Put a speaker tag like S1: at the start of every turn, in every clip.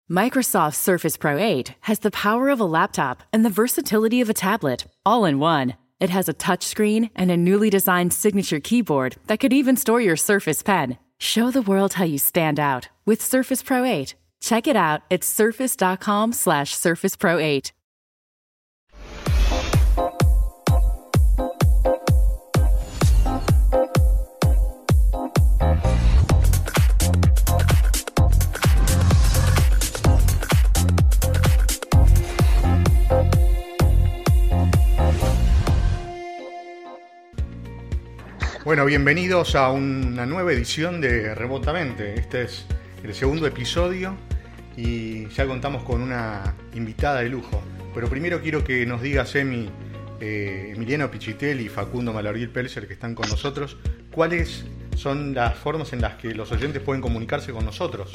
S1: Microsoft Surface Pro 8 has the power of a laptop and the versatility of a tablet, all in one. It has a touchscreen and a newly designed signature keyboard that could even store your Surface Pen. Show the world how you stand out with Surface Pro 8. Check it out at surface.com/Surface Pro 8.
S2: Bueno, bienvenidos a una nueva edición de Remotamente. Este es el segundo episodio y ya contamos con una invitada de lujo. Pero primero quiero que nos digas, Emiliano Pichitelli y Facundo Malarguil-Pelzer, que están con nosotros, cuáles son las formas en las que los oyentes pueden comunicarse con nosotros.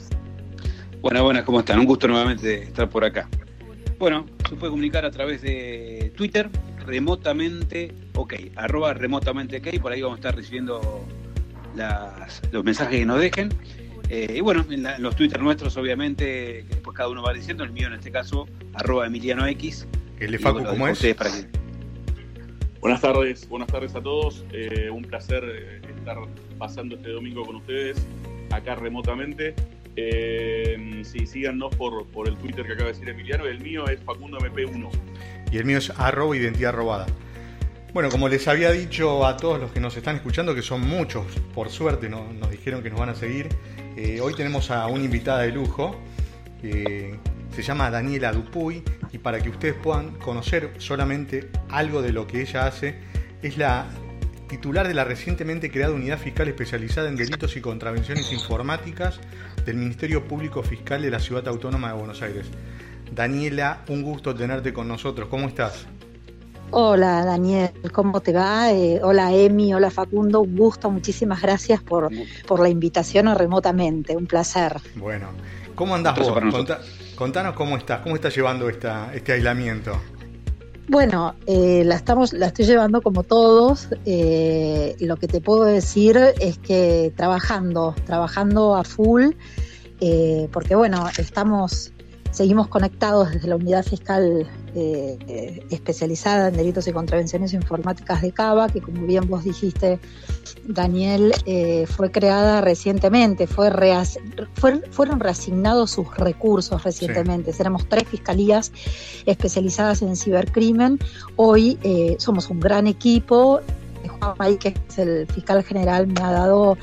S3: Buenas, ¿cómo están? Un gusto nuevamente estar por acá. Bueno, se puede comunicar a través de Twitter, remotamente ok, @remotamente ok, por ahí vamos a estar recibiendo los mensajes que nos dejen. Y bueno, en los Twitter nuestros, obviamente, que después cada uno va diciendo, el mío en este caso, @EmilianoX.
S2: ¿El de Facu cómo es?
S3: Para que...
S4: Buenas tardes a todos. Un placer estar pasando este domingo con ustedes, acá remotamente. Sí, síganos por el Twitter que acaba de decir Emiliano. El mío es FacundoMP1.
S2: Y el mío es @identidad robada. Bueno, como les había dicho a todos los que nos están escuchando, que son muchos, por suerte nos dijeron que nos van a seguir, hoy tenemos a una invitada de lujo, se llama Daniela Dupuy, y para que ustedes puedan conocer solamente algo de lo que ella hace, es la titular de la recientemente creada Unidad Fiscal Especializada en Delitos y Contravenciones Informáticas del Ministerio Público Fiscal de la Ciudad Autónoma de Buenos Aires. Daniela, un gusto tenerte con nosotros. ¿Cómo estás?
S5: Hola Daniel, ¿cómo te va? Hola Emi, hola Facundo, un gusto, muchísimas gracias por la invitación a Remotamente, un placer.
S2: Bueno, ¿cómo andás vos? Contanos cómo estás llevando este aislamiento.
S5: Bueno, la estoy llevando como todos. Lo que te puedo decir es que trabajando a full, porque bueno, seguimos conectados desde la Unidad Fiscal especializada en Delitos y Contravenciones Informáticas de Cava, que como bien vos dijiste, Daniel, fue creada recientemente, fueron reasignados sus recursos recientemente. Sí. Éramos 3 fiscalías especializadas en cibercrimen. Hoy somos un gran equipo. Juan May, que es el fiscal general, me ha dado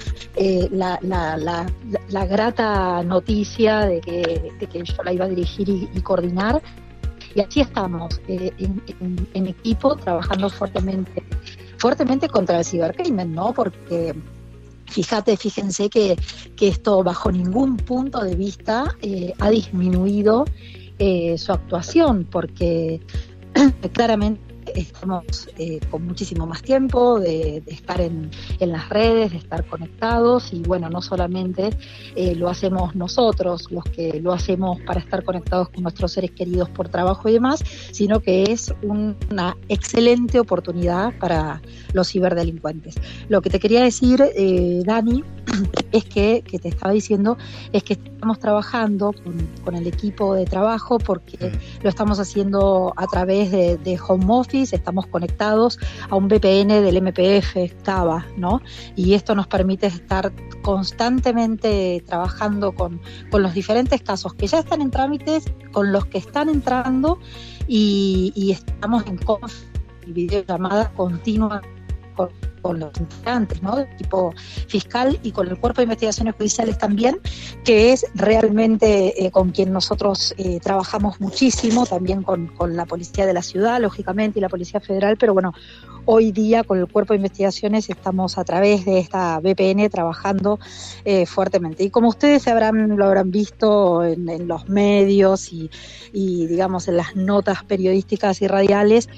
S5: la grata noticia de que yo la iba a dirigir y coordinar. Y así estamos, en equipo, trabajando fuertemente contra el cibercrimen, ¿no? Porque fíjense que esto bajo ningún punto de vista ha disminuido su actuación, porque claramente estamos con muchísimo más tiempo de estar en las redes, de estar conectados, y bueno, no solamente lo hacemos nosotros, los que lo hacemos para estar conectados con nuestros seres queridos por trabajo y demás, sino que es una excelente oportunidad para los ciberdelincuentes. Lo que te quería decir, Dani, es que te estaba diciendo, es que estamos trabajando con el equipo de trabajo, porque lo estamos haciendo a través de home office. Estamos conectados a un VPN del MPF Cava, ¿no? Y esto nos permite estar constantemente trabajando con los diferentes casos que ya están en trámites, con los que están entrando, y estamos en videollamada continua con los integrantes, ¿no? Del equipo fiscal y con el Cuerpo de Investigaciones Judiciales también, que es realmente con quien nosotros trabajamos muchísimo, también con la Policía de la Ciudad, lógicamente, y la Policía Federal, pero bueno, hoy día con el Cuerpo de Investigaciones estamos a través de esta VPN trabajando fuertemente. Y como ustedes lo habrán visto en los medios y digamos en las notas periodísticas y radiales,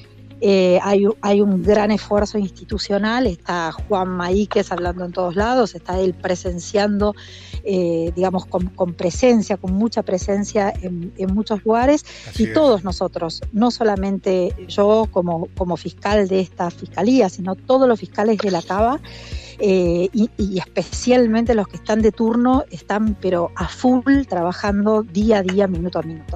S5: Hay un gran esfuerzo institucional, está Juan Maíquez hablando en todos lados, está él presenciando, digamos, con presencia, con mucha presencia en muchos lugares.
S2: Así
S5: y
S2: es.
S5: Todos nosotros, no solamente yo como fiscal de esta fiscalía, sino todos los fiscales de la Cava, y especialmente los que están de turno, están pero a full trabajando día a día, minuto a minuto.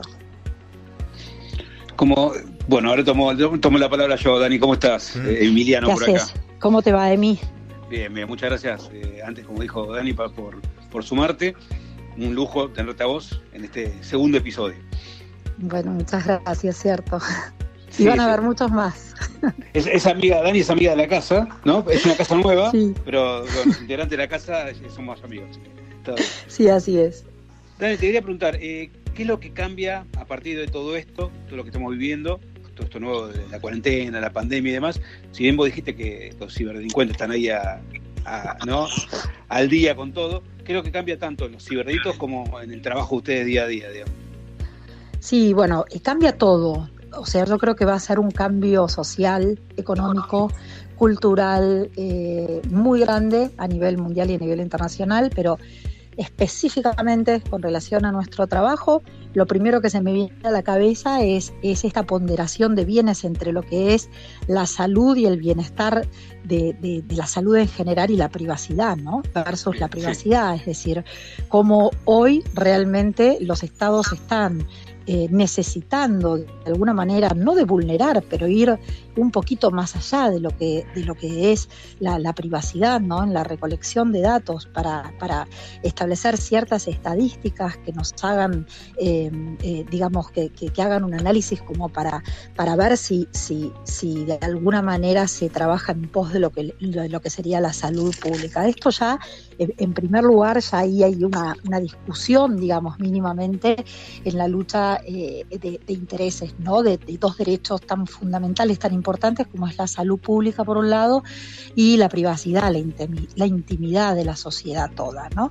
S3: Bueno, ahora tomo la palabra yo, Dani, ¿cómo estás? Emiliano
S5: ¿Qué
S3: por
S5: haces?
S3: acá.
S5: ¿Cómo te va, Emi?
S3: Bien, muchas gracias. Antes, como dijo Dani, por sumarte. Un lujo tenerte a vos en este segundo episodio.
S5: Bueno, muchas gracias, cierto.
S3: Sí,
S5: Y van a haber muchos más.
S3: Es amiga, Dani es amiga de la casa, ¿no? Es una casa nueva,
S5: Sí.
S3: pero los integrantes de la casa somos amigos. Todo bien.
S5: Sí, así es.
S3: Dani, te quería preguntar, ¿qué es lo que cambia a partir de todo esto, todo lo que estamos viviendo, todo esto nuevo de la cuarentena, la pandemia y demás? Si bien vos dijiste que los ciberdelincuentes están ahí ¿no? al día con todo, ¿qué es lo que cambia tanto en los ciberdelitos como en el trabajo de ustedes día a día, digamos?
S5: Sí, bueno, cambia todo. O sea, yo creo que va a ser un cambio social, económico, cultural, muy grande a nivel mundial y a nivel internacional, pero específicamente con relación a nuestro trabajo, lo primero que se me viene a la cabeza es esta ponderación de bienes entre lo que es la salud y el bienestar de la salud en general y la privacidad, ¿no? Versus la privacidad, es decir, cómo hoy realmente los estados están necesitando de alguna manera, no de vulnerar, pero ir un poquito más allá de lo que es la privacidad, ¿no? En la recolección de datos para establecer ciertas estadísticas que nos hagan, digamos, que hagan un análisis como para ver si de alguna manera se trabaja en pos de lo que sería la salud pública. Esto ya, en primer lugar, ya ahí hay una discusión, digamos, mínimamente en la lucha de intereses, ¿no? De dos derechos tan fundamentales, tan importantes como es la salud pública por un lado y la privacidad, la intimidad de la sociedad toda, ¿no?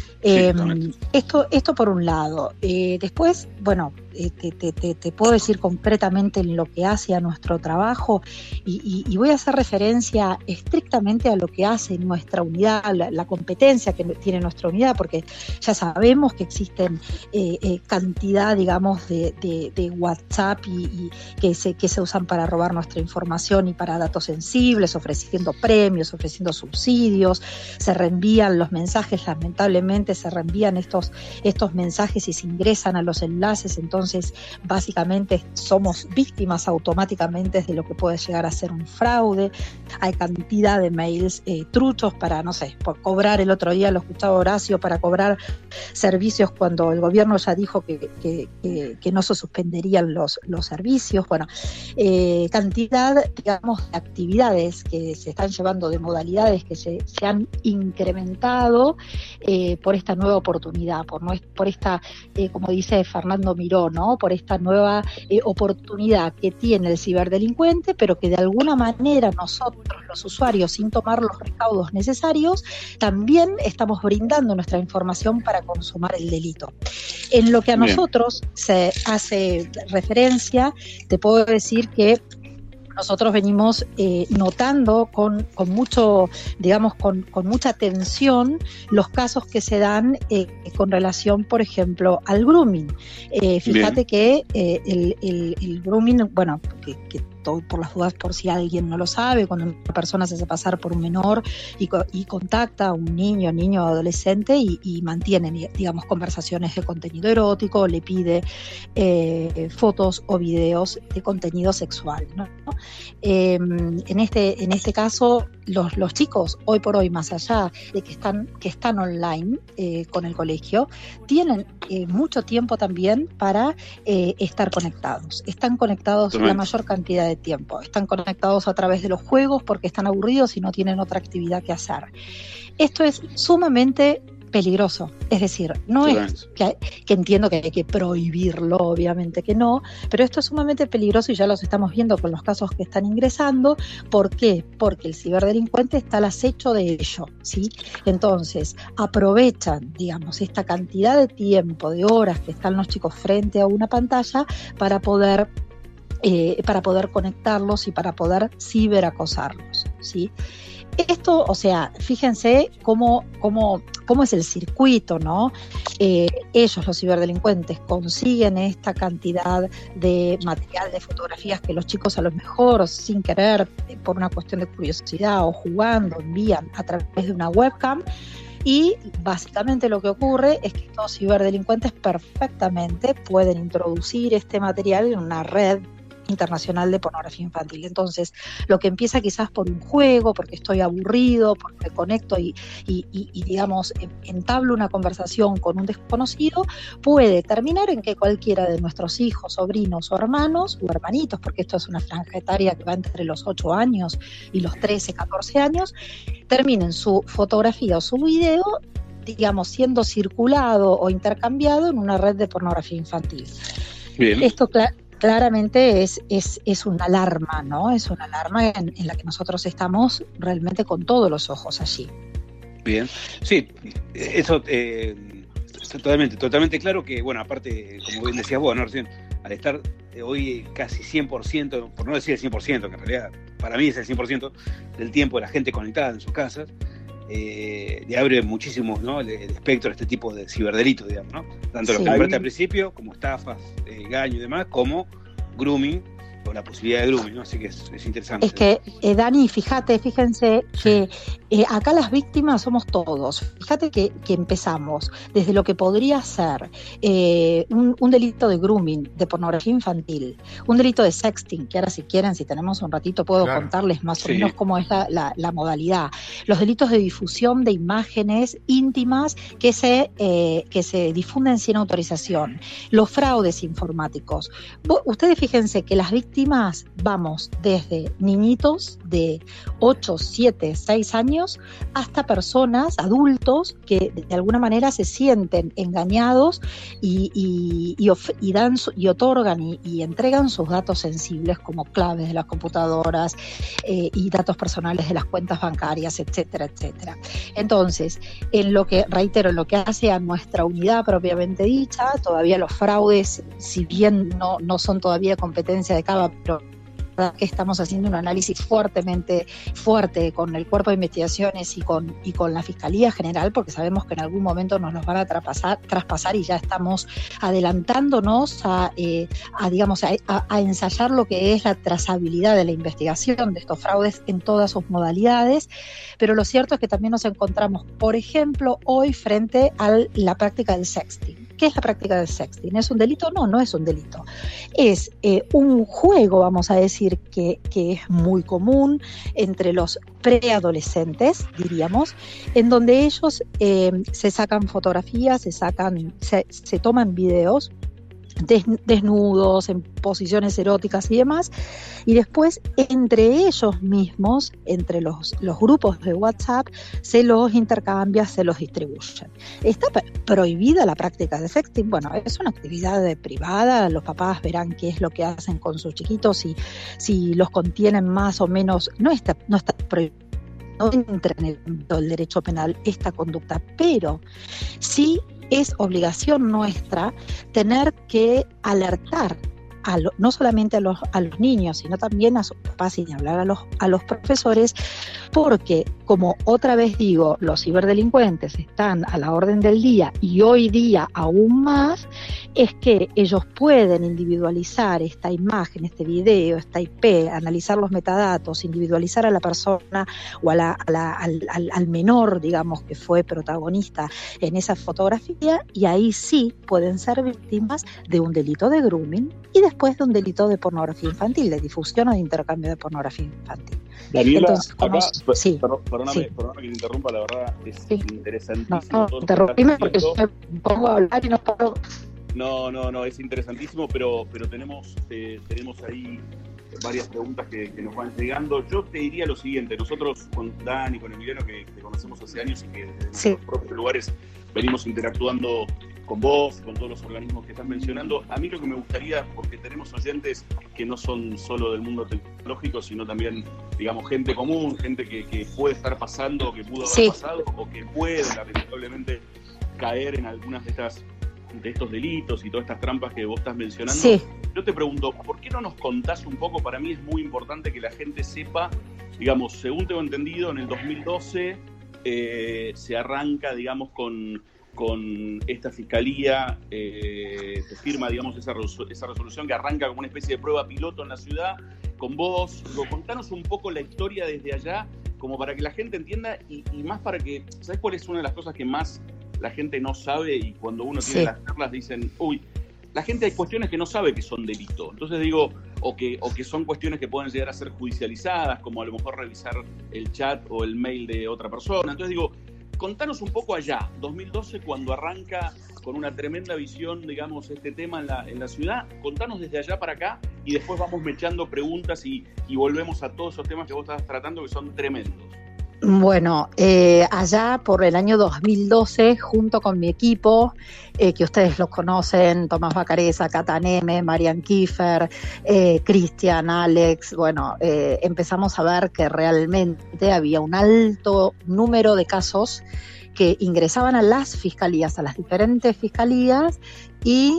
S5: Esto por un lado. Después, bueno, te puedo decir concretamente en lo que hace a nuestro trabajo y voy a hacer referencia estrictamente a lo que hace nuestra unidad, la competencia que tiene nuestra unidad, porque ya sabemos que existen cantidad, digamos, de WhatsApp y que se usan para robar nuestra información y para datos sensibles, ofreciendo premios, ofreciendo subsidios, se reenvían los mensajes, lamentablemente se reenvían estos mensajes y se ingresan a los enlaces, entonces básicamente somos víctimas automáticamente de lo que puede llegar a ser un fraude. Hay cantidad de mails truchos para, no sé, por cobrar. El otro día lo escuchaba Horacio, para cobrar servicios cuando el gobierno ya dijo que no se suspenderían los servicios. Bueno, cantidad, digamos, de actividades que se están llevando, de modalidades que se han incrementado por esta nueva oportunidad, por esta, como dice Fernando Miró, ¿no? Por esta nueva oportunidad que tiene el ciberdelincuente, pero que de alguna manera nosotros, los usuarios, sin tomar los recaudos necesarios, también estamos brindando nuestra información para consumar el delito. En lo que a nosotros se hace referencia, te puedo decir que nosotros venimos notando con mucho, digamos, con mucha atención los casos que se dan con relación, por ejemplo, al grooming. Fíjate que el grooming, bueno, que por las dudas, por si alguien no lo sabe, cuando una persona se hace pasar por un menor y contacta a un niño o adolescente y mantiene, digamos, conversaciones de contenido erótico, le pide fotos o videos de contenido sexual, ¿no? En este caso, los chicos, hoy por hoy, más allá de que están online con el colegio, tienen mucho tiempo también para estar conectados. Están conectados la mayor cantidad de tiempo. Están conectados a través de los juegos porque están aburridos y no tienen otra actividad que hacer. Esto es sumamente peligroso, es decir, no es que entiendo que hay que prohibirlo, obviamente que no, pero esto es sumamente peligroso y ya los estamos viendo con los casos que están ingresando. ¿Por qué? Porque el ciberdelincuente está al acecho de ello, ¿sí? Entonces, aprovechan, digamos, esta cantidad de tiempo, de horas que están los chicos frente a una pantalla para poder para poder conectarlos y para poder ciberacosarlos, ¿sí? Esto, o sea, fíjense cómo es el circuito, ¿no? Ellos, los ciberdelincuentes, consiguen esta cantidad de material, de fotografías que los chicos a lo mejor, sin querer, por una cuestión de curiosidad o jugando, envían a través de una webcam. Y básicamente lo que ocurre es que estos ciberdelincuentes perfectamente pueden introducir este material en una red internacional de pornografía infantil. Entonces, lo que empieza quizás por un juego, porque estoy aburrido, porque me conecto y digamos, entablo una conversación con un desconocido, puede terminar en que cualquiera de nuestros hijos, sobrinos o hermanos, o hermanitos, porque esto es una franja etaria que va entre los 8 años y los 13, 14 años, terminen su fotografía o su video, digamos, siendo circulado o intercambiado en una red de pornografía infantil.
S3: Bien.
S5: Esto claramente es una alarma, ¿no? Es una alarma en la que nosotros estamos realmente con todos los ojos allí.
S3: Bien, sí, eso totalmente claro que, bueno, aparte, como bien decías vos, ¿no? Recién, al estar hoy casi 100%, por no decir el 100%, que en realidad para mí es el 100% del tiempo de la gente conectada en sus casas, le abre muchísimo, ¿no? el espectro a este tipo de ciberdelitos, digamos, ¿no? Tanto lo que nombraste al principio, como estafas, engaño y demás, como grooming, o la posibilidad de grooming, ¿no? Así que es interesante.
S5: Es que, Dani, fíjense que acá las víctimas somos todos. Fíjate que empezamos desde lo que podría ser un delito de grooming, de pornografía infantil, un delito de sexting, que ahora si quieren, si tenemos un ratito, puedo contarles más o menos cómo es la modalidad. Los delitos de difusión de imágenes íntimas que se difunden sin autorización. Los fraudes informáticos. Ustedes fíjense que las víctimas vamos desde niñitos de 8, 7, 6 años hasta personas, adultos, que de alguna manera se sienten engañados y otorgan y entregan sus datos sensibles como claves de las computadoras y datos personales de las cuentas bancarias, etcétera, etcétera. Entonces, en lo que hace a nuestra unidad propiamente dicha, todavía los fraudes, si bien no son todavía competencia de CABA, pero que estamos haciendo un análisis fuerte con el cuerpo de investigaciones y con la Fiscalía General, porque sabemos que en algún momento nos los van a traspasar y ya estamos adelantándonos a ensayar lo que es la trazabilidad de la investigación de estos fraudes en todas sus modalidades, pero lo cierto es que también nos encontramos, por ejemplo, hoy frente a la práctica del sexting. ¿Qué es la práctica del sexting? ¿Es un delito? No es un delito. Es un juego, vamos a decir, que es muy común entre los preadolescentes, diríamos, en donde ellos se sacan fotografías, se toman videos desnudos, en posiciones eróticas y demás, y después entre ellos mismos, entre los grupos de WhatsApp, se los intercambian, se los distribuyen. ¿Está prohibida la práctica de sexting? Bueno, es una actividad privada, los papás verán qué es lo que hacen con sus chiquitos, si los contienen más o menos, no está prohibido. No entra en el derecho penal esta conducta, pero sí es obligación nuestra tener que alertar no solamente a los niños, sino también a sus papás y ni hablar a los profesores, porque, como otra vez digo, los ciberdelincuentes están a la orden del día y hoy día aún más, es que ellos pueden individualizar esta imagen, este video, esta IP, analizar los metadatos, individualizar a la persona o al menor, digamos, que fue protagonista en esa fotografía, y ahí sí pueden ser víctimas de un delito de grooming y después de un delito de pornografía infantil, de difusión o de intercambio de pornografía infantil.
S4: Daniela,
S5: entonces,
S4: perdóname que te interrumpa, la verdad es interesantísimo.
S5: No, interrumpime porque yo me pongo a hablar y no puedo.
S4: No, es interesantísimo, pero tenemos ahí varias preguntas que nos van llegando. Yo te diría lo siguiente: nosotros con Dan y con Emiliano, que te conocemos hace años y que en nuestros propios lugares venimos interactuando con vos, con todos los organismos que estás mencionando. A mí lo que me gustaría, porque tenemos oyentes que no son solo del mundo tecnológico, sino también, digamos, gente común, gente que puede estar pasando, que pudo haber pasado, o que puede lamentablemente caer en algunas de estas de estos delitos y todas estas trampas que vos estás mencionando.
S5: Sí.
S4: Yo te pregunto, ¿por qué no nos contás un poco? Para mí es muy importante que la gente sepa, digamos, según tengo entendido, en el 2012 se arranca, digamos, con esta fiscalía, se firma, digamos, esa resolución que arranca como una especie de prueba piloto en la ciudad, con vos. Contanos un poco la historia desde allá, como para que la gente entienda y más para que, ¿sabes cuál es una de las cosas que más la gente no sabe? Y cuando uno tiene las charlas dicen, uy, la gente hay cuestiones que no sabe que son delito. Entonces digo, o que son cuestiones que pueden llegar a ser judicializadas, como a lo mejor revisar el chat o el mail de otra persona. Entonces digo, contanos un poco allá, 2012, cuando arranca con una tremenda visión, digamos, este tema en la ciudad. Contanos desde allá para acá y después vamos mechando preguntas y volvemos a todos esos temas que vos estás tratando que son tremendos.
S5: Bueno, allá por el año 2012, junto con mi equipo, que ustedes los conocen, Tomás Bacareza, Cata Neme, Marian Kiefer, Cristian, Alex, bueno, empezamos a ver que realmente había un alto número de casos que ingresaban a las fiscalías, a las diferentes fiscalías, y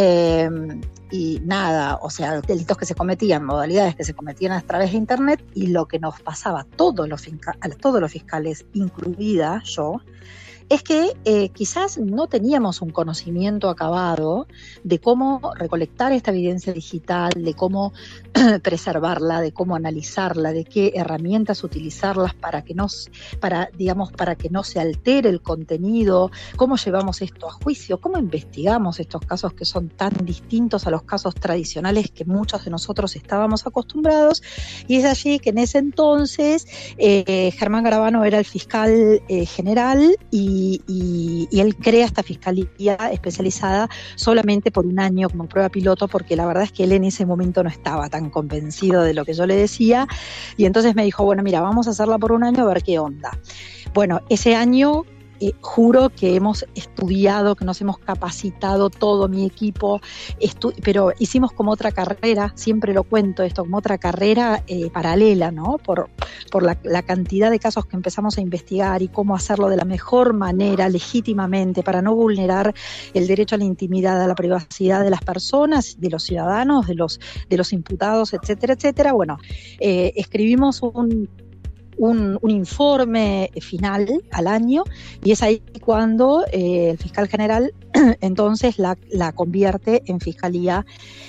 S5: nada, o sea, delitos que se cometían, modalidades que se cometían a través de internet, y lo que nos pasaba a todos los fiscales, incluida yo, es que quizás no teníamos un conocimiento acabado de cómo recolectar esta evidencia digital, de cómo preservarla, de cómo analizarla, de qué herramientas utilizarlas para que no se altere el contenido, cómo llevamos esto a juicio, cómo investigamos estos casos que son tan distintos a los casos tradicionales que muchos de nosotros estábamos acostumbrados. Y es allí que en ese entonces Germán Garabano era el fiscal general y él crea esta fiscalía especializada solamente por un año como prueba piloto, porque la verdad es que él en ese momento no estaba tan convencido de lo que yo le decía, y entonces me dijo, bueno, mira, vamos a hacerla por un año a ver qué onda. Bueno, ese año juro que hemos estudiado, que nos hemos capacitado todo mi equipo, pero hicimos como otra carrera, siempre lo cuento esto, como otra carrera paralela, ¿no? Por la cantidad de casos que empezamos a investigar y cómo hacerlo de la mejor manera, legítimamente, para no vulnerar el derecho a la intimidad, a la privacidad de las personas, de los ciudadanos, de los imputados, etcétera, etcétera. Bueno, escribimos un informe final al año, y es ahí cuando el fiscal general entonces la convierte en fiscalía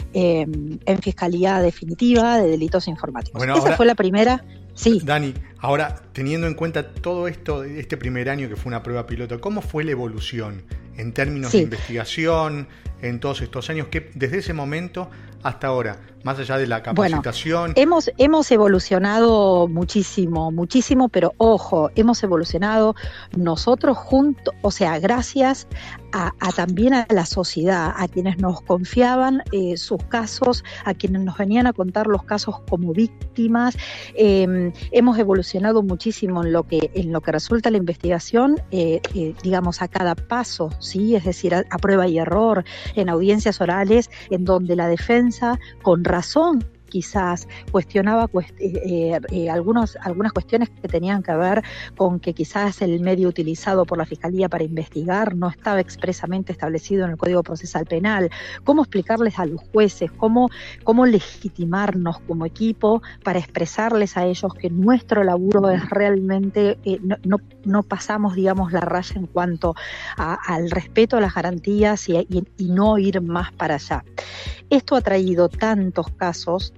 S5: definitiva de delitos informáticos.
S2: Bueno,
S5: esa
S2: ahora,
S5: fue la primera. Sí.
S2: Dani, ahora teniendo en cuenta todo esto, este primer año que fue una prueba piloto, ¿cómo fue la evolución en términos de investigación en todos estos años, que desde ese momento hasta ahora, más allá de la capacitación?
S5: Bueno, hemos evolucionado muchísimo, pero ojo, hemos evolucionado nosotros juntos, o sea, gracias también a la sociedad, a quienes nos confiaban sus casos, a quienes nos venían a contar los casos como víctimas. Hemos evolucionado muchísimo en lo que resulta la investigación, digamos, a cada paso, ¿sí? Es decir, a prueba y error, en audiencias orales, en donde la defensa, con razón, quizás cuestionaba algunas cuestiones que tenían que ver con que quizás el medio utilizado por la Fiscalía para investigar no estaba expresamente establecido en el Código Procesal Penal. ¿Cómo explicarles a los jueces, cómo legitimarnos como equipo para expresarles a ellos que nuestro laburo es realmente, no pasamos, digamos, la raya en cuanto al respeto a las garantías y no ir más para allá? Esto ha traído tantos casos,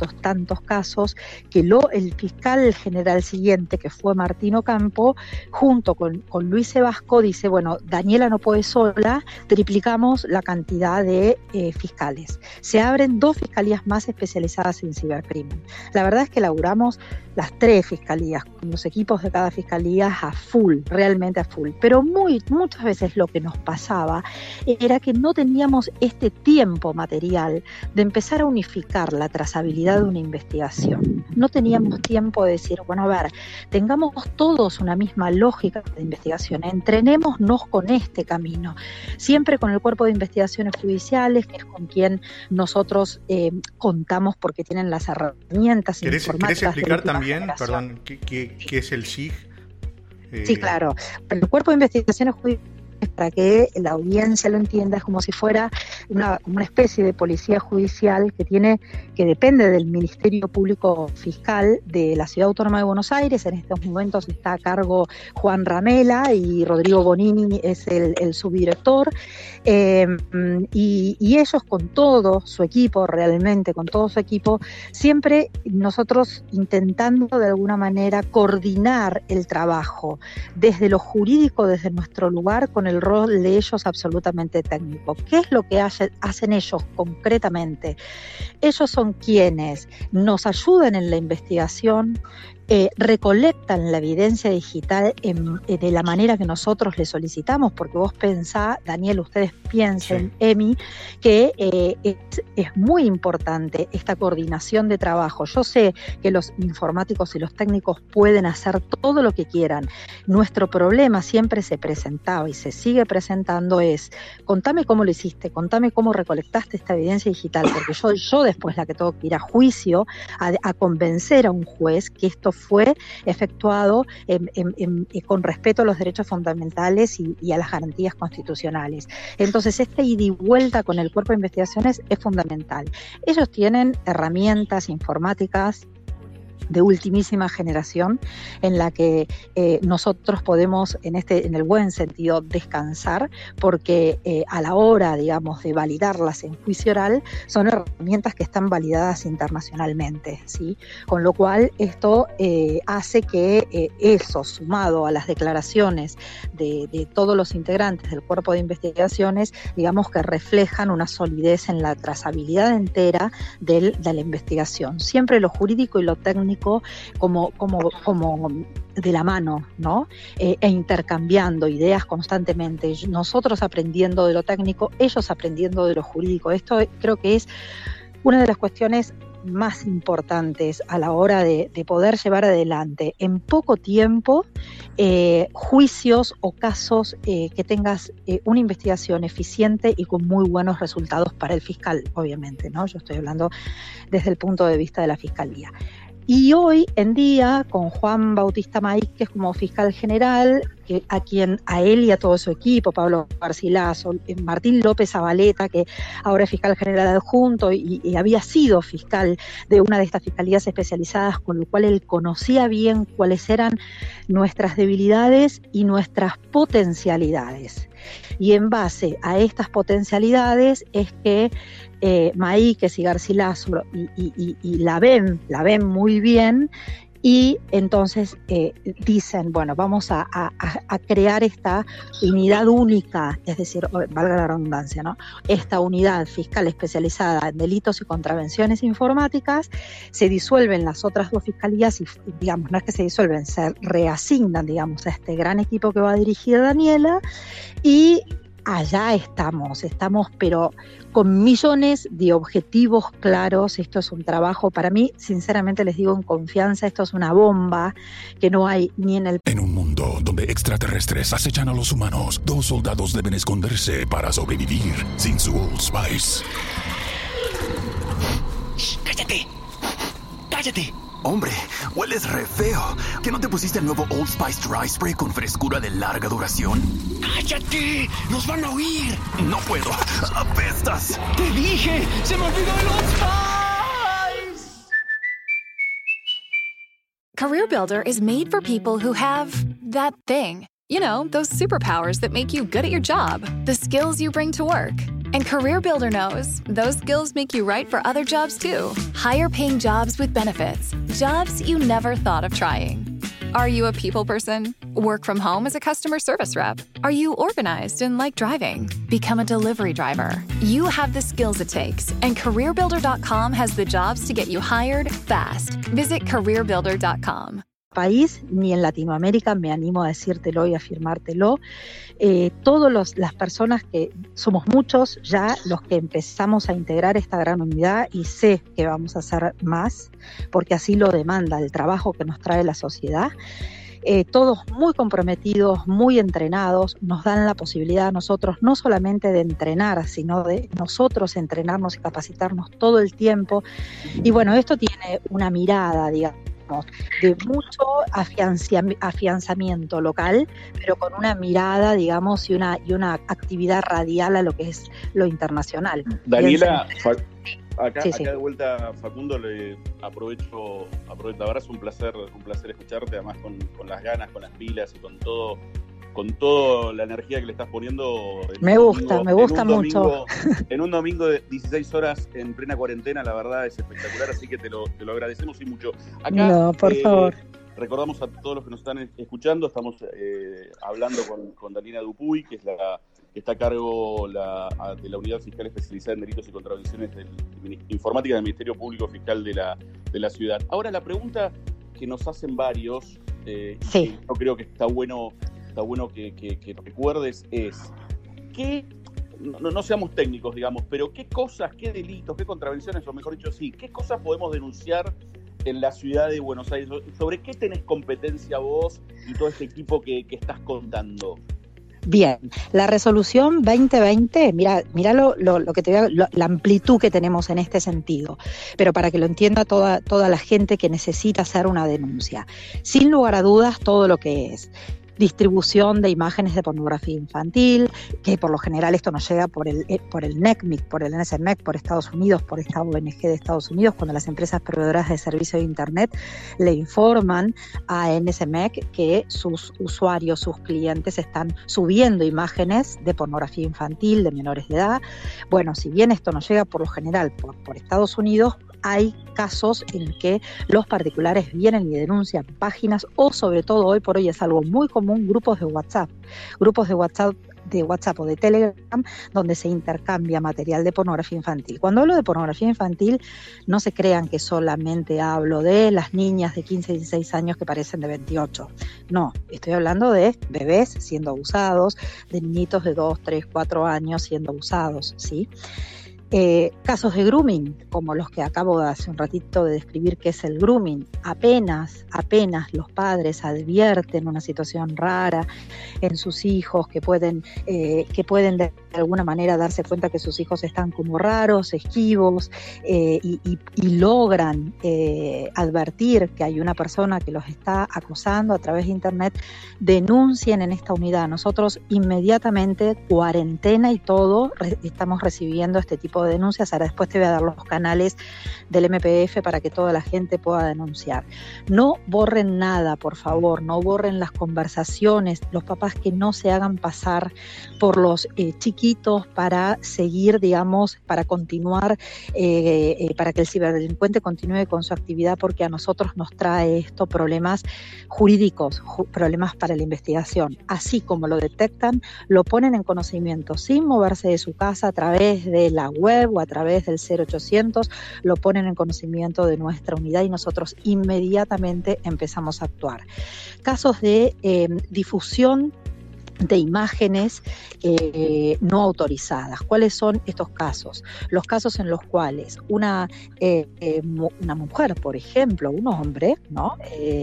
S5: que el fiscal general siguiente, que fue Martín Ocampo, junto con Luis Sebasco, dice, bueno, Daniela no puede sola, triplicamos la cantidad de fiscales. Se abren 2 fiscalías más especializadas en cibercrimen. La verdad es que laburamos las 3 fiscalías, con los equipos de cada fiscalía a full, realmente a full. Pero muchas veces lo que nos pasaba era que no teníamos este tiempo material de empezar a unificar la trazabilidad de una investigación. No teníamos tiempo de decir, bueno, a ver, tengamos todos una misma lógica de investigación, entrenémonos con este camino, siempre con el Cuerpo de Investigaciones Judiciales, que es con quien nosotros contamos porque tienen las herramientas informáticas.
S2: ¿Querés explicar también, perdón, qué es el SIG?
S5: Sí, claro. El Cuerpo de Investigaciones Judiciales para que la audiencia lo entienda, es como si fuera una especie de policía judicial que depende del Ministerio Público Fiscal de la Ciudad Autónoma de Buenos Aires. En estos momentos está a cargo Juan Ramela y Rodrigo Bonini es el subdirector, y ellos con todo su equipo, realmente con todo su equipo, siempre nosotros intentando de alguna manera coordinar el trabajo desde lo jurídico, desde nuestro lugar, con el rol de ellos absolutamente técnico. ¿Qué es lo que hacen ellos concretamente? Ellos son quienes nos ayudan en la investigación, recolectan la evidencia digital de la manera que nosotros le solicitamos, porque vos pensá, Daniel, ustedes piensen, sí. Emi, que es muy importante esta coordinación de trabajo. Yo sé que los informáticos y los técnicos pueden hacer todo lo que quieran. Nuestro problema siempre se presentaba y se sigue presentando es, contame cómo lo hiciste, contame cómo recolectaste esta evidencia digital, porque yo después la que tengo que ir a juicio a convencer a un juez que esto fue efectuado con respeto a los derechos fundamentales y a las garantías constitucionales. Entonces, esta ida y vuelta con el cuerpo de investigaciones es fundamental. Ellos tienen herramientas informáticas de ultimísima generación en la que nosotros podemos, en el buen sentido, descansar, porque a la hora, digamos, de validarlas en juicio oral, son herramientas que están validadas internacionalmente, ¿sí? Con lo cual, esto hace que eso, sumado a las declaraciones de todos los integrantes del cuerpo de investigaciones, digamos que reflejan una solidez en la trazabilidad entera de la investigación. Siempre lo jurídico y lo técnico como de la mano, ¿no? E intercambiando ideas constantemente, nosotros aprendiendo de lo técnico, ellos aprendiendo de lo jurídico. Esto creo que es una de las cuestiones más importantes a la hora de poder llevar adelante en poco tiempo juicios o casos que tengas una investigación eficiente y con muy buenos resultados para el fiscal, obviamente, ¿no? Yo estoy hablando desde el punto de vista de la Fiscalía. Y hoy en día, con Juan Bautista Maíz, que es como fiscal general, a él y a todo su equipo, Pablo Garcilaso, Martín López Zabaleta, que ahora es fiscal general adjunto y había sido fiscal de una de estas fiscalías especializadas, con lo cual él conocía bien cuáles eran nuestras debilidades y nuestras potencialidades. Y en base a estas potencialidades es que Maíquez y Garcilaso y la ven muy bien, y entonces dicen, bueno, vamos a crear esta unidad única, es decir, valga la redundancia, ¿no? Esta unidad fiscal especializada en delitos y contravenciones informáticas. Se disuelven las otras dos fiscalías y, digamos, no es que se disuelven, se reasignan, digamos, a este gran equipo que va a dirigir Daniela, y allá estamos pero con millones de objetivos claros. Esto es un trabajo, para mí, sinceramente les digo en confianza, esto es una bomba que no hay ni en el...
S6: En un mundo donde extraterrestres acechan a los humanos, 2 soldados deben esconderse para sobrevivir sin su Old Spice.
S7: ¡Shh! ¡Cállate! ¡Cállate! Hombre, hueles re feo. ¿Que no te pusiste el nuevo Old Spice Dry Spray con frescura de larga duración? ¡Cállate! ¡Nos van a oír! No puedo. ¡Apestas! ¡Te dije! ¡Se me olvidó el Old Spice!
S8: CareerBuilder is made for people who have that thing. You know, those superpowers that make you good at your job. The skills you bring to work. And CareerBuilder knows those skills make you right for other jobs too. Higher paying jobs with benefits. Jobs you never thought of trying. Are you a people person? Work from home as a customer service rep? Are you organized and like driving? Become a delivery driver. You have the skills it takes, and CareerBuilder.com has the jobs to get you hired fast. Visit CareerBuilder.com.
S5: País, ni en Latinoamérica, me animo a decírtelo y afirmártelo. Todas las personas que somos muchos ya los que empezamos a integrar esta gran unidad, y sé que vamos a hacer más porque así lo demanda el trabajo que nos trae la sociedad. Todos muy comprometidos, muy entrenados, nos dan la posibilidad a nosotros no solamente de entrenar, sino de nosotros entrenarnos y capacitarnos todo el tiempo. Y bueno, esto tiene una mirada, digamos, de mucho afianzamiento local, pero con una mirada, digamos, y una actividad radial a lo que es lo internacional.
S4: Daniela, acá
S5: sí.
S4: de vuelta, Facundo, le aprovecho la verdad, es un placer escucharte, además con las ganas, con las pilas y con toda la energía que le estás poniendo.
S5: Me gusta mucho.
S4: En un domingo de 16 horas en plena cuarentena, la verdad es espectacular, así que te lo agradecemos y mucho. Acá,
S5: no, por favor.
S4: Recordamos a todos los que nos están escuchando, estamos hablando con Daniela Dupuy, que es que está a cargo de la Unidad Fiscal Especializada en Delitos y Contravenciones Informática del Ministerio Público Fiscal de la Ciudad. Ahora, la pregunta que nos hacen varios,
S5: sí.
S4: Yo creo que está bueno que recuerdes es que no seamos técnicos, digamos, pero qué cosas, qué delitos, qué contravenciones, o mejor dicho, sí, qué cosas podemos denunciar en la ciudad de Buenos Aires. ¿Sobre qué tenés competencia vos y todo este equipo que estás contando?
S5: Bien, la resolución 2020, mira lo que te veo, la amplitud que tenemos en este sentido, pero para que lo entienda toda la gente que necesita hacer una denuncia. Sin lugar a dudas, todo lo que es distribución de imágenes de pornografía infantil, que por lo general esto nos llega por el NECMIC, por el NSMEC, por Estados Unidos, por esta ONG de Estados Unidos, cuando las empresas proveedoras de servicios de Internet le informan a NSMEC que sus usuarios, sus clientes están subiendo imágenes de pornografía infantil de menores de edad. Bueno, si bien esto nos llega por lo general por Estados Unidos, hay casos en que los particulares vienen y denuncian páginas o, sobre todo, hoy por hoy es algo muy común, grupos de WhatsApp o de Telegram, donde se intercambia material de pornografía infantil. Cuando hablo de pornografía infantil, no se crean que solamente hablo de las niñas de 15 y 16 años que parecen de 28. No, estoy hablando de bebés siendo abusados, de niñitos de 2, 3, 4 años siendo abusados, ¿sí? Casos de grooming, como los que acabo hace un ratito de describir qué es el grooming, apenas los padres advierten una situación rara en sus hijos, que pueden de alguna manera darse cuenta que sus hijos están como raros, esquivos, y logran advertir que hay una persona que los está acosando a través de Internet, denuncien en esta unidad. Nosotros inmediatamente, cuarentena y todo, estamos recibiendo este tipo de denuncias. Ahora después te voy a dar los canales del MPF para que toda la gente pueda denunciar. No borren nada, por favor, no borren las conversaciones, los papás que no se hagan pasar por los chiquitos para seguir, digamos, para continuar, para que el ciberdelincuente continúe con su actividad, porque a nosotros nos trae esto problemas jurídicos, problemas para la investigación. Así como lo detectan, lo ponen en conocimiento sin moverse de su casa a través de la web o a través del 0800, lo ponen en conocimiento de nuestra unidad y nosotros inmediatamente empezamos a actuar. Casos de difusión de imágenes no autorizadas. ¿Cuáles son estos casos? Los casos en los cuales una mujer, por ejemplo, un hombre, ¿no?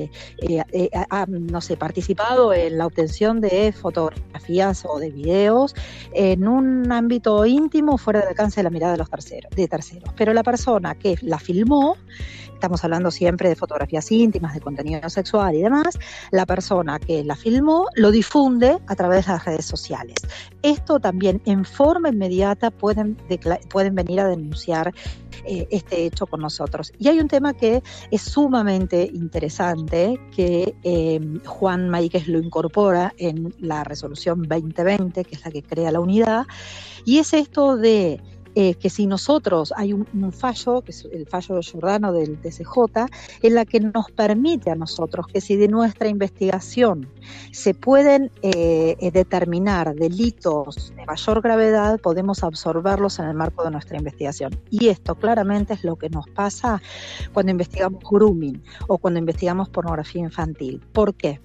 S5: Ha participado en la obtención de fotografías o de videos en un ámbito íntimo fuera del alcance de la mirada de terceros. Pero la persona que la filmó, estamos hablando siempre de fotografías íntimas, de contenido sexual y demás, la persona que la filmó lo difunde a través de las redes sociales. Esto también en forma inmediata pueden venir a denunciar este hecho con nosotros. Y hay un tema que es sumamente interesante, que Juan Maíquez lo incorpora en la resolución 2020, que es la que crea la unidad, y es esto de que si nosotros hay un fallo, que es el fallo de Giordano del TCJ, en la que nos permite a nosotros que si de nuestra investigación se pueden determinar delitos de mayor gravedad, podemos absorberlos en el marco de nuestra investigación. Y esto claramente es lo que nos pasa cuando investigamos grooming o cuando investigamos pornografía infantil. ¿Por qué?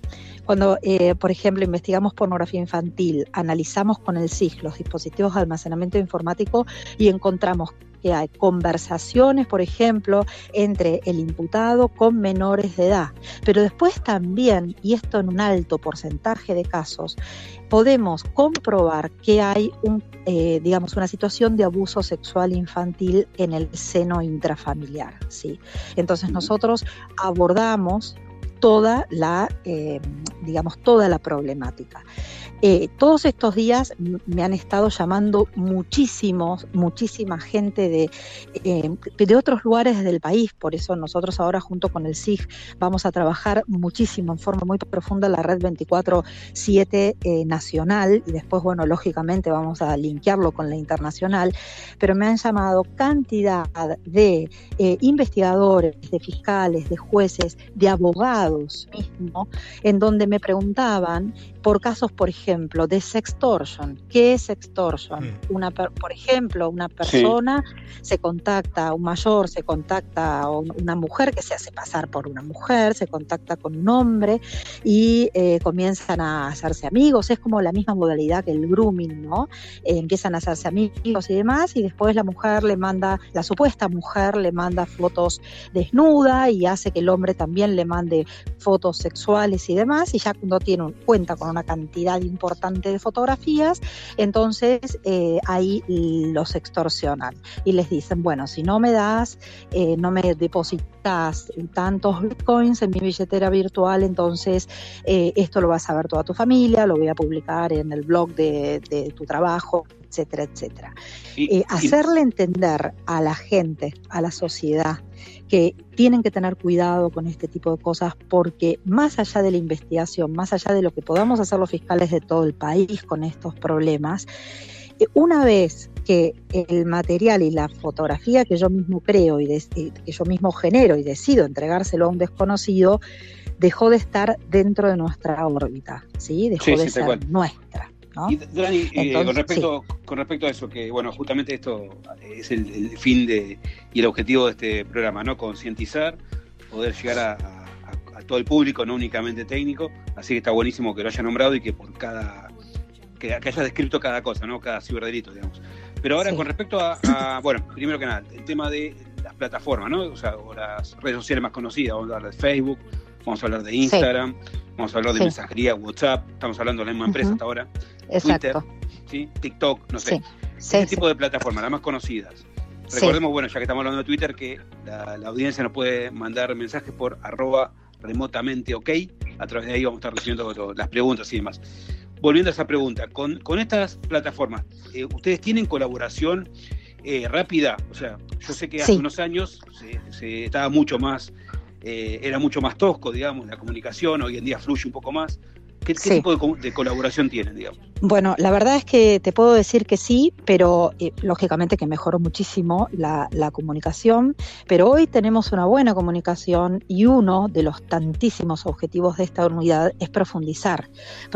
S5: Cuando, por ejemplo, investigamos pornografía infantil, analizamos con el SIG los dispositivos de almacenamiento informático y encontramos que hay conversaciones, por ejemplo, entre el imputado con menores de edad. Pero después también, y esto en un alto porcentaje de casos, podemos comprobar que hay una situación de abuso sexual infantil en el seno intrafamiliar, ¿sí? Entonces nosotros abordamos toda la problemática. Todos estos días me han estado llamando muchísima gente de otros lugares del país, por eso nosotros ahora junto con el SIG vamos a trabajar muchísimo, en forma muy profunda, la red 24/7 nacional, y después, bueno, lógicamente vamos a linkearlo con la internacional, pero me han llamado cantidad de investigadores, de fiscales, de jueces, de abogados mismo, en donde me preguntaban por casos, por ejemplo, de sextortion. ¿Qué es sextortion? Por ejemplo, una persona se contacta, un mayor se contacta a una mujer que se hace pasar por una mujer, se contacta con un hombre y comienzan a hacerse amigos. Es como la misma modalidad que el grooming, ¿no? Empiezan a hacerse amigos y demás, y después la supuesta mujer le manda fotos desnuda y hace que el hombre también le mande fotos sexuales y demás, y ya cuando cuenta con una cantidad importante de fotografías, entonces ahí los extorsionan y les dicen, bueno, si no me depositas tantos bitcoins en mi billetera virtual, entonces esto lo vas a ver toda tu familia, lo voy a publicar en el blog de tu trabajo, etcétera, etcétera. Hacerle entender a la gente, a la sociedad, que tienen que tener cuidado con este tipo de cosas, porque más allá de la investigación, más allá de lo que podamos hacer los fiscales de todo el país con estos problemas, una vez que el material y la fotografía que yo mismo creo que yo mismo genero y decido entregárselo a un desconocido, dejó de estar dentro de nuestra órbita, ¿sí? Dejó de ser nuestra, ¿no?
S3: Y Dani, con respecto a eso, que bueno, justamente esto es el fin y el objetivo de este programa, ¿no? Concientizar, poder llegar a todo el público, no únicamente técnico, así que está buenísimo que lo haya nombrado y que que haya descrito cada cosa, ¿no? Cada ciberdelito, digamos. Pero ahora con respecto a bueno, primero que nada, el tema de las plataformas, ¿no? O las redes sociales más conocidas, vamos a hablar de Facebook, vamos a hablar de Instagram, vamos a hablar de mensajería, WhatsApp, estamos hablando de la misma empresa hasta ahora, Twitter, ¿sí? TikTok, no sé. Ese tipo de plataformas, las más conocidas. Recordemos, bueno, ya que estamos hablando de Twitter, que la audiencia nos puede mandar mensajes por @remotamente_ok, a través de ahí vamos a estar recibiendo las preguntas y demás. Volviendo a esa pregunta, con estas plataformas, ¿ustedes tienen colaboración rápida? O sea, yo sé que hace unos años se estaba mucho más, era mucho más tosco, digamos, la comunicación, hoy en día fluye un poco más. ¿Qué tipo de colaboración tienen, digamos?
S5: Bueno, la verdad es que te puedo decir que sí, pero lógicamente que mejoró muchísimo la comunicación, pero hoy tenemos una buena comunicación y uno de los tantísimos objetivos de esta unidad es profundizar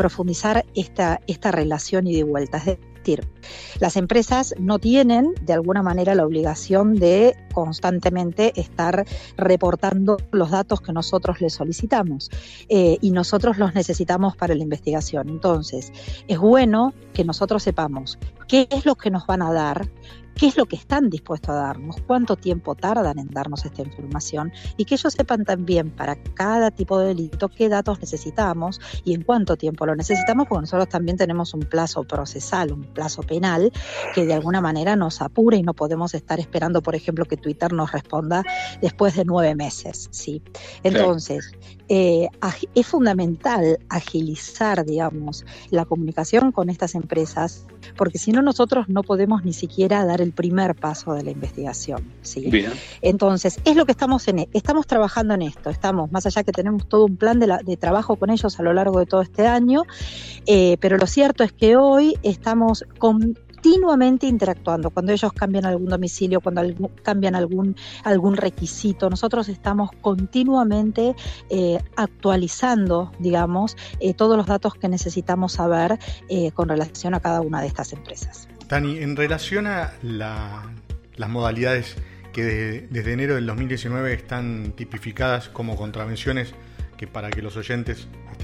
S5: esta relación y de vuelta. Es decir, las empresas no tienen de alguna manera la obligación de constantemente estar reportando los datos que nosotros les solicitamos y nosotros los necesitamos para la investigación. Entonces, es bueno que nosotros sepamos qué es lo que nos van a dar, qué es lo que están dispuestos a darnos, cuánto tiempo tardan en darnos esta información y que ellos sepan también para cada tipo de delito qué datos necesitamos y en cuánto tiempo lo necesitamos, porque nosotros también tenemos un plazo procesal, un plazo penal que de alguna manera nos apura y no podemos estar esperando, por ejemplo, que Twitter nos responda después de 9 meses, ¿sí? Entonces, es fundamental agilizar, digamos, la comunicación con estas empresas, porque si no nosotros no podemos ni siquiera dar el primer paso de la investigación, ¿sí? Bien. Entonces, es lo que estamos trabajando en esto, más allá que tenemos todo un plan de trabajo con ellos a lo largo de todo este año, pero lo cierto es que hoy estamos continuamente interactuando. Cuando ellos cambian algún domicilio, cuando cambian algún requisito, nosotros estamos continuamente actualizando, digamos, todos los datos que necesitamos saber con relación a cada una de estas empresas.
S2: Tani, en relación a las modalidades que desde enero del 2019 están tipificadas como contravenciones, que para que los oyentes estén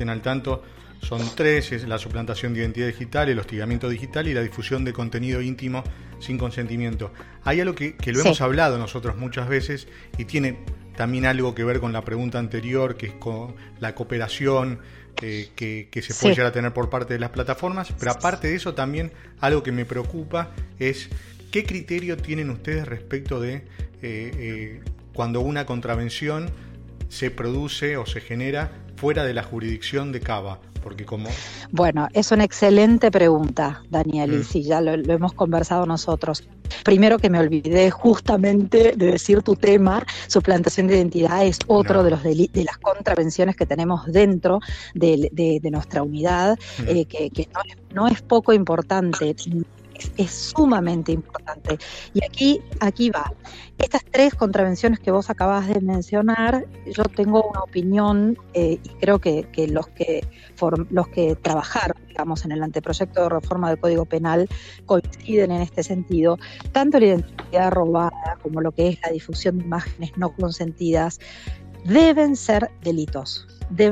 S2: estén al tanto, son 3, es la suplantación de identidad digital, el hostigamiento digital y la difusión de contenido íntimo sin consentimiento. Hay algo que lo hemos hablado nosotros muchas veces y tiene también algo que ver con la pregunta anterior, que es con la cooperación que se puede llegar a tener por parte de las plataformas, pero aparte de eso también algo que me preocupa es qué criterio tienen ustedes respecto de cuando una contravención se produce o se genera fuera de la jurisdicción de Cava, porque como...
S5: Bueno, es una excelente pregunta, Daniel, y sí, ya lo hemos conversado nosotros. Primero que me olvidé justamente de decir tu tema, suplantación de identidad es otro de las contravenciones que tenemos dentro de nuestra unidad, que no es poco importante. Es sumamente importante. Y aquí va. Estas 3 contravenciones que vos acabas de mencionar, yo tengo una opinión y creo que los que trabajaron, digamos, en el anteproyecto de reforma del Código Penal coinciden en este sentido. Tanto la identidad robada como lo que es la difusión de imágenes no consentidas deben ser delitos.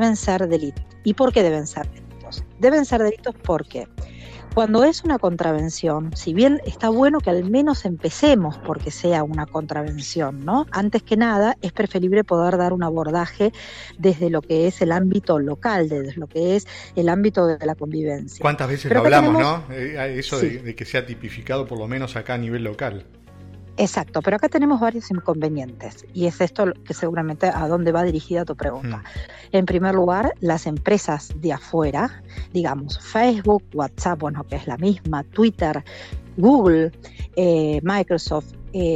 S5: ¿Y por qué deben ser delitos? Deben ser delitos porque cuando es una contravención, si bien está bueno que al menos empecemos porque sea una contravención, ¿no? Antes que nada, es preferible poder dar un abordaje desde lo que es el ámbito local, desde lo que es el ámbito de la convivencia.
S2: ¿Cuántas veces lo hablamos, no? Eso de que sea tipificado por lo menos acá a nivel local.
S5: Exacto, pero acá tenemos varios inconvenientes y es esto que seguramente a dónde va dirigida tu pregunta. En primer lugar, las empresas de afuera, digamos Facebook, WhatsApp, bueno, que es la misma, Twitter, Google, Microsoft,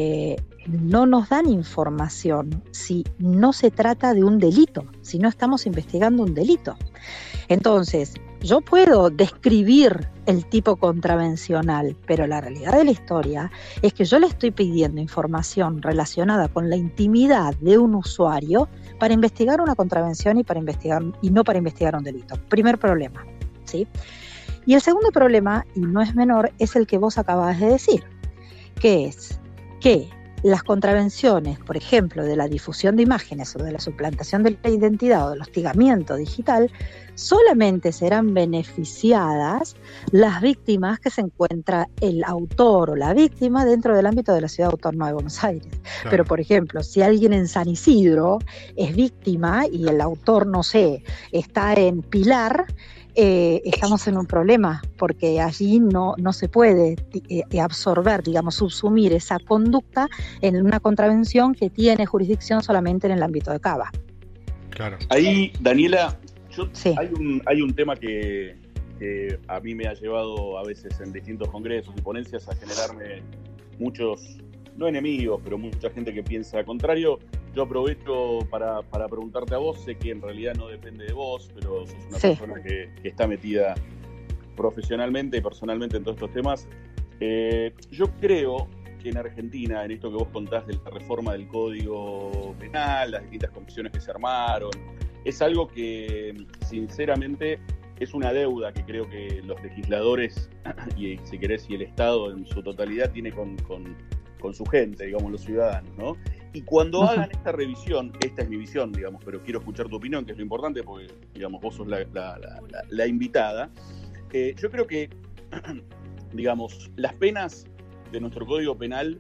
S5: no nos dan información si no se trata de un delito, si no estamos investigando un delito. Entonces, yo puedo describir el tipo contravencional, pero la realidad de la historia es que yo le estoy pidiendo información relacionada con la intimidad de un usuario para investigar una contravención y no para investigar un delito. Primer problema, ¿sí? Y el segundo problema, y no es menor, es el que vos acabas de decir, que es que las contravenciones, por ejemplo, de la difusión de imágenes o de la suplantación de la identidad o del hostigamiento digital, solamente serán beneficiadas las víctimas que se encuentra el autor o la víctima dentro del ámbito de la Ciudad Autónoma de Buenos Aires. Claro. Pero, por ejemplo, si alguien en San Isidro es víctima y el autor, no sé, está en Pilar, estamos en un problema porque allí no se puede absorber, digamos, subsumir esa conducta en una contravención que tiene jurisdicción solamente en el ámbito de Cava.
S2: Claro.
S4: Ahí, Daniela, hay un tema que a mí me ha llevado a veces en distintos congresos y ponencias a generarme muchos, no enemigos, pero mucha gente que piensa contrario. Yo aprovecho para preguntarte a vos, sé que en realidad no depende de vos, pero sos una persona que está metida profesionalmente y personalmente en todos estos temas. Yo creo que en Argentina, en esto que vos contás de la reforma del Código Penal, las distintas comisiones que se armaron, es algo que sinceramente es una deuda que creo que los legisladores y, si querés, y el Estado en su totalidad tiene con su gente, digamos, los ciudadanos, ¿no? Y cuando hagan esta revisión, esta es mi visión, digamos, pero quiero escuchar tu opinión, que es lo importante, porque, digamos, vos sos la invitada. Yo creo que, digamos, las penas de nuestro Código Penal,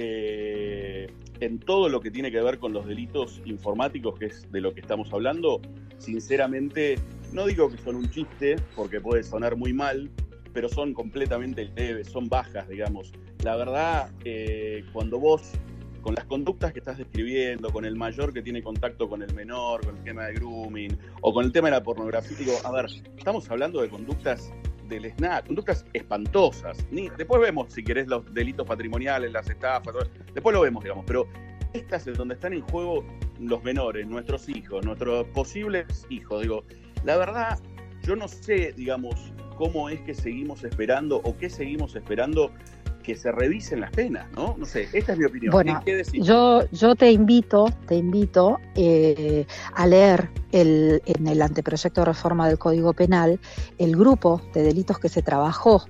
S4: en todo lo que tiene que ver con los delitos informáticos, que es de lo que estamos hablando, sinceramente, no digo que son un chiste, porque puede sonar muy mal, pero son completamente leves, son bajas, digamos. La verdad, cuando vos, con las conductas que estás describiendo, con el mayor que tiene contacto con el menor, con el tema de grooming, o con el tema de la pornografía, digo, a ver, estamos hablando de conductas del SNAT, conductas espantosas. Después vemos, si querés, los delitos patrimoniales, las estafas, después lo vemos, digamos, pero estas es donde están en juego los menores, nuestros hijos, nuestros posibles hijos. Digo, la verdad, yo no sé, digamos, cómo es que seguimos esperando o qué seguimos esperando que se revisen las penas, ¿no? No sé, esta es mi opinión.
S5: Bueno,
S4: ¿Qué decís?
S5: yo te invito a leer en el anteproyecto de reforma del Código Penal el grupo de delitos que se trabajó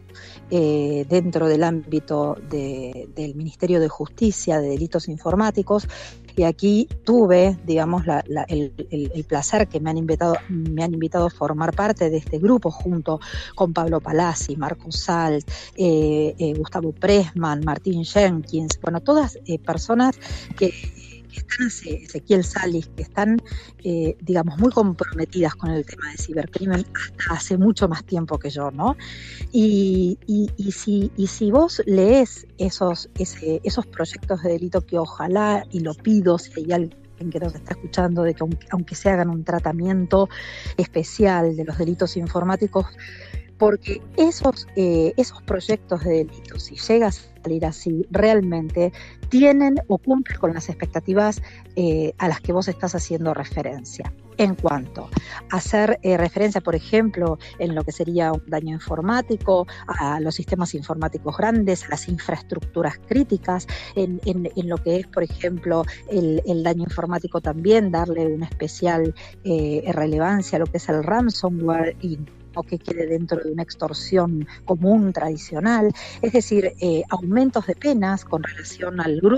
S5: dentro del ámbito del Ministerio de Justicia de delitos informáticos, Y aquí tuve, digamos, el placer que me han invitado a formar parte de este grupo junto con Pablo Palazzi, Marco Salt, Gustavo Pressman, Martín Jenkins, bueno, todas personas que están, Ezequiel Salis, que están, digamos, muy comprometidas con el tema de cibercrimen hasta hace mucho más tiempo que yo, ¿no? Y si vos lees esos proyectos de delito, que ojalá, y lo pido, si hay alguien que nos está escuchando, de que aunque se hagan un tratamiento especial de los delitos informáticos, porque esos proyectos de delitos, si llegas a salir así, realmente tienen o cumplen con las expectativas a las que vos estás haciendo referencia. En cuanto a hacer referencia, por ejemplo, en lo que sería un daño informático, a los sistemas informáticos grandes, a las infraestructuras críticas, en lo que es, por ejemplo, el daño informático también, darle una especial relevancia a lo que es el ransomware o que quede dentro de una extorsión común, tradicional, es decir, aumentos de penas con relación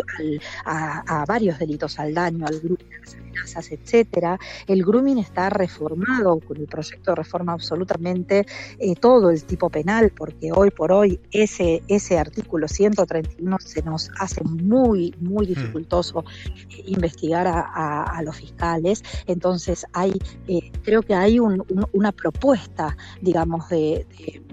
S5: a varios delitos, al daño, al grooming, a las amenazas, etcétera. El grooming está reformado con el proyecto de reforma absolutamente todo el tipo penal, porque hoy por hoy ese artículo 131 se nos hace muy, muy dificultoso investigar a los fiscales. Entonces creo que hay una propuesta, digamos, de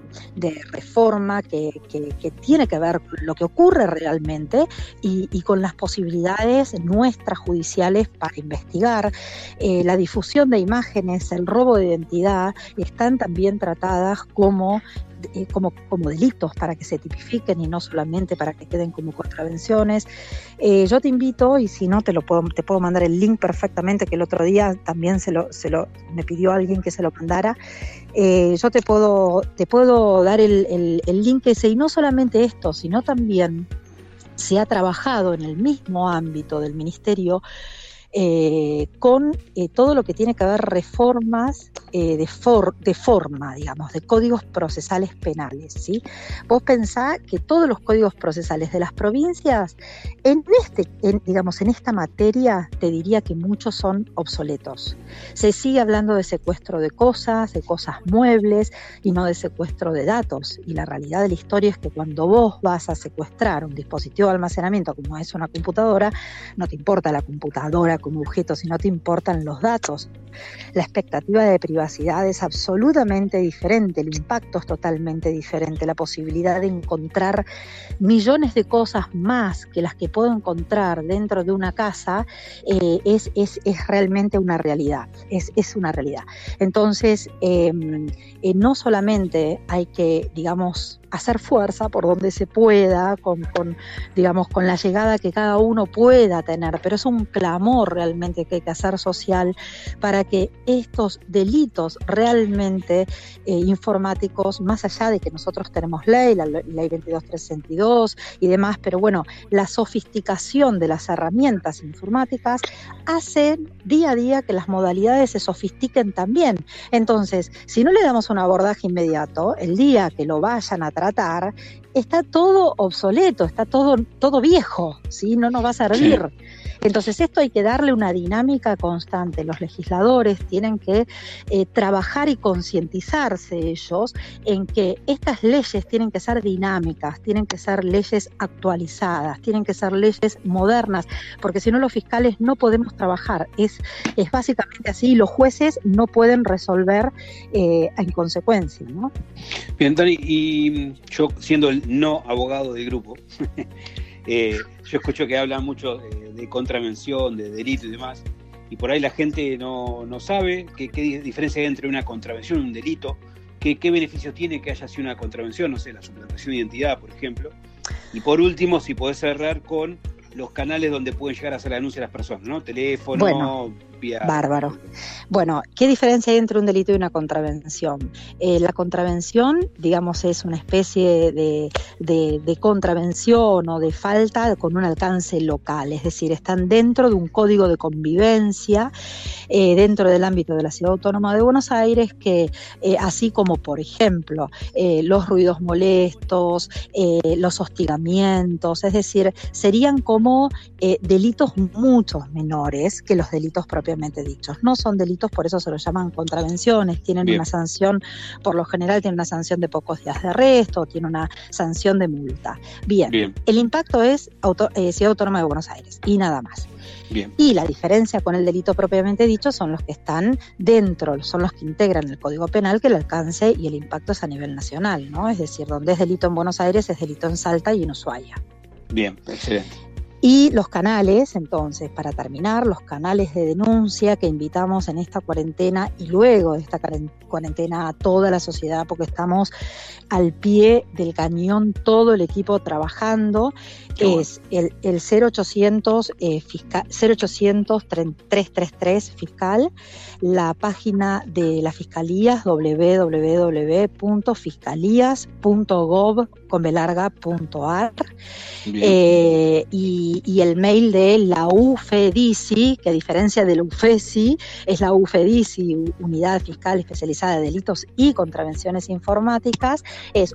S5: reforma que tiene que ver con lo que ocurre realmente y con las posibilidades nuestras judiciales para investigar. La difusión de imágenes, el robo de identidad, están también tratadas como delitos para que se tipifiquen y no solamente para que queden como contravenciones. Yo te invito, y si no te puedo mandar el link perfectamente, que el otro día también me pidió alguien que se lo mandara. Yo te puedo dar el link ese, y no solamente esto, sino también se ha trabajado en el mismo ámbito del Ministerio con todo lo que tiene que ver reformas de forma, digamos, de códigos procesales penales, ¿sí? Vos pensá que todos los códigos procesales de las provincias, en esta materia, te diría que muchos son obsoletos. Se sigue hablando de secuestro de cosas muebles, y no de secuestro de datos. Y la realidad de la historia es que cuando vos vas a secuestrar un dispositivo de almacenamiento como es una computadora, no te importa la computadora como objeto, sino te importan los datos. La expectativa de privacidad es absolutamente diferente, el impacto es totalmente diferente, la posibilidad de encontrar millones de cosas más que las que puedo encontrar dentro de una casa es realmente una realidad, es una realidad. Entonces, no solamente hay que, digamos, hacer fuerza por donde se pueda, con la llegada que cada uno pueda tener, pero es un clamor realmente que hay que hacer social para que estos delitos realmente informáticos, más allá de que nosotros tenemos ley, la ley 22362 y demás, pero bueno, la sofisticación de las herramientas informáticas hace día a día que las modalidades se sofistiquen también. Entonces, si no le damos un abordaje inmediato, el día que lo vayan a tratar, está todo obsoleto, está todo viejo, ¿sí? No nos va a servir. Sí. Entonces esto hay que darle una dinámica constante. Los legisladores tienen que trabajar y concientizarse ellos en que estas leyes tienen que ser dinámicas, tienen que ser leyes actualizadas, tienen que ser leyes modernas, porque si no los fiscales no podemos trabajar. Es básicamente así, y los jueces no pueden resolver en consecuencia, ¿no?
S3: Bien, Dani, y yo siendo el no abogado del grupo, yo escucho que hablan mucho de contravención, de delito y demás, y por ahí la gente no sabe qué diferencia hay entre una contravención y un delito, qué beneficio tiene que haya sido una contravención, no sé, la suplantación de identidad, por ejemplo. Y por último, si podés cerrar con los canales donde pueden llegar a hacer la denuncia a las personas, ¿no? Teléfono, expiar.
S5: Bárbaro. Bueno, ¿qué diferencia hay entre un delito y una contravención? La contravención, digamos, es una especie de contravención o de falta con un alcance local, es decir, están dentro de un código de convivencia dentro del ámbito de la Ciudad Autónoma de Buenos Aires que, así como, por ejemplo, los ruidos molestos, los hostigamientos, es decir, serían como delitos mucho menores que los delitos propiamente dichos. No son delitos, por eso se los llaman contravenciones, tienen
S3: Bien.
S5: una sanción, por lo general tienen una sanción de pocos días de arresto, tiene una sanción de multa. Bien. El impacto es Ciudad Autónoma de Buenos Aires y nada más.
S3: Bien.
S5: Y la diferencia con el delito propiamente dicho son los que están dentro, son los que integran el Código Penal, que el alcance y el impacto es a nivel nacional, ¿no? Es decir, donde es delito en Buenos Aires es delito en Salta y en Ushuaia.
S3: Bien, excelente.
S5: Y los canales, entonces, para terminar, los canales de denuncia que invitamos en esta cuarentena y luego de esta cuarentena a toda la sociedad, porque estamos al pie del cañón, todo el equipo trabajando, es el 0800 0800 333 fiscal, la página de la Fiscalía www.fiscalías.gov.ar y el mail de la UFEDICI, que a diferencia del UFESI, es la UFEDICI, Unidad Fiscal Especializada de Delitos y Contravenciones Informáticas, es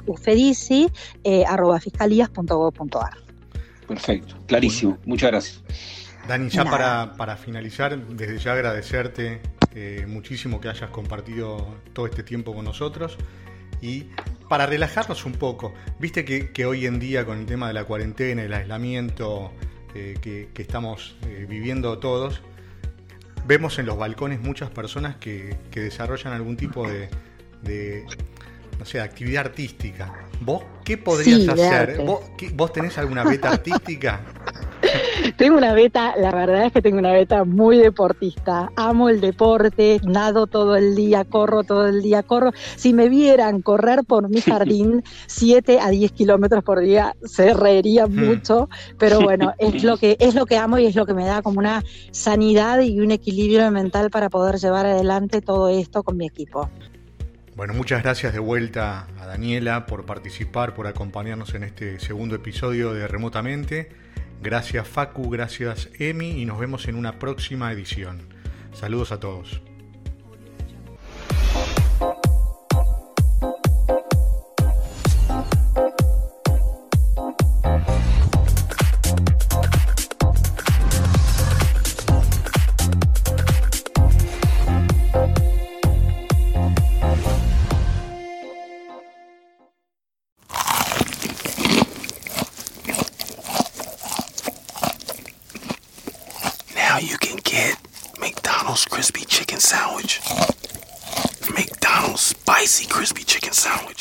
S5: ufedici@fiscalías.gov.ar.
S3: Perfecto, clarísimo. Muchas gracias.
S2: Dani, ya para finalizar, desde ya agradecerte muchísimo que hayas compartido todo este tiempo con nosotros. Y para relajarnos un poco, viste que hoy en día con el tema de la cuarentena, el aislamiento que estamos viviendo todos, vemos en los balcones muchas personas que desarrollan algún tipo de no sé, actividad artística. ¿Vos qué podrías hacer? ¿Vos tenés alguna beta artística?
S5: Tengo una beta, la verdad es que tengo una beta muy deportista. Amo el deporte, nado todo el día, corro todo el día, Si me vieran correr por mi jardín 7 a 10 kilómetros por día, se reirían mucho, pero bueno, es lo que amo y es lo que me da como una sanidad y un equilibrio mental para poder llevar adelante todo esto con mi equipo.
S2: Bueno, muchas gracias de vuelta a Daniela por participar, por acompañarnos en este segundo episodio de Remotamente. Gracias Facu, gracias Emi y nos vemos en una próxima edición. Saludos a todos.
S7: Now you can get McDonald's crispy chicken sandwich. McDonald's spicy crispy chicken sandwich.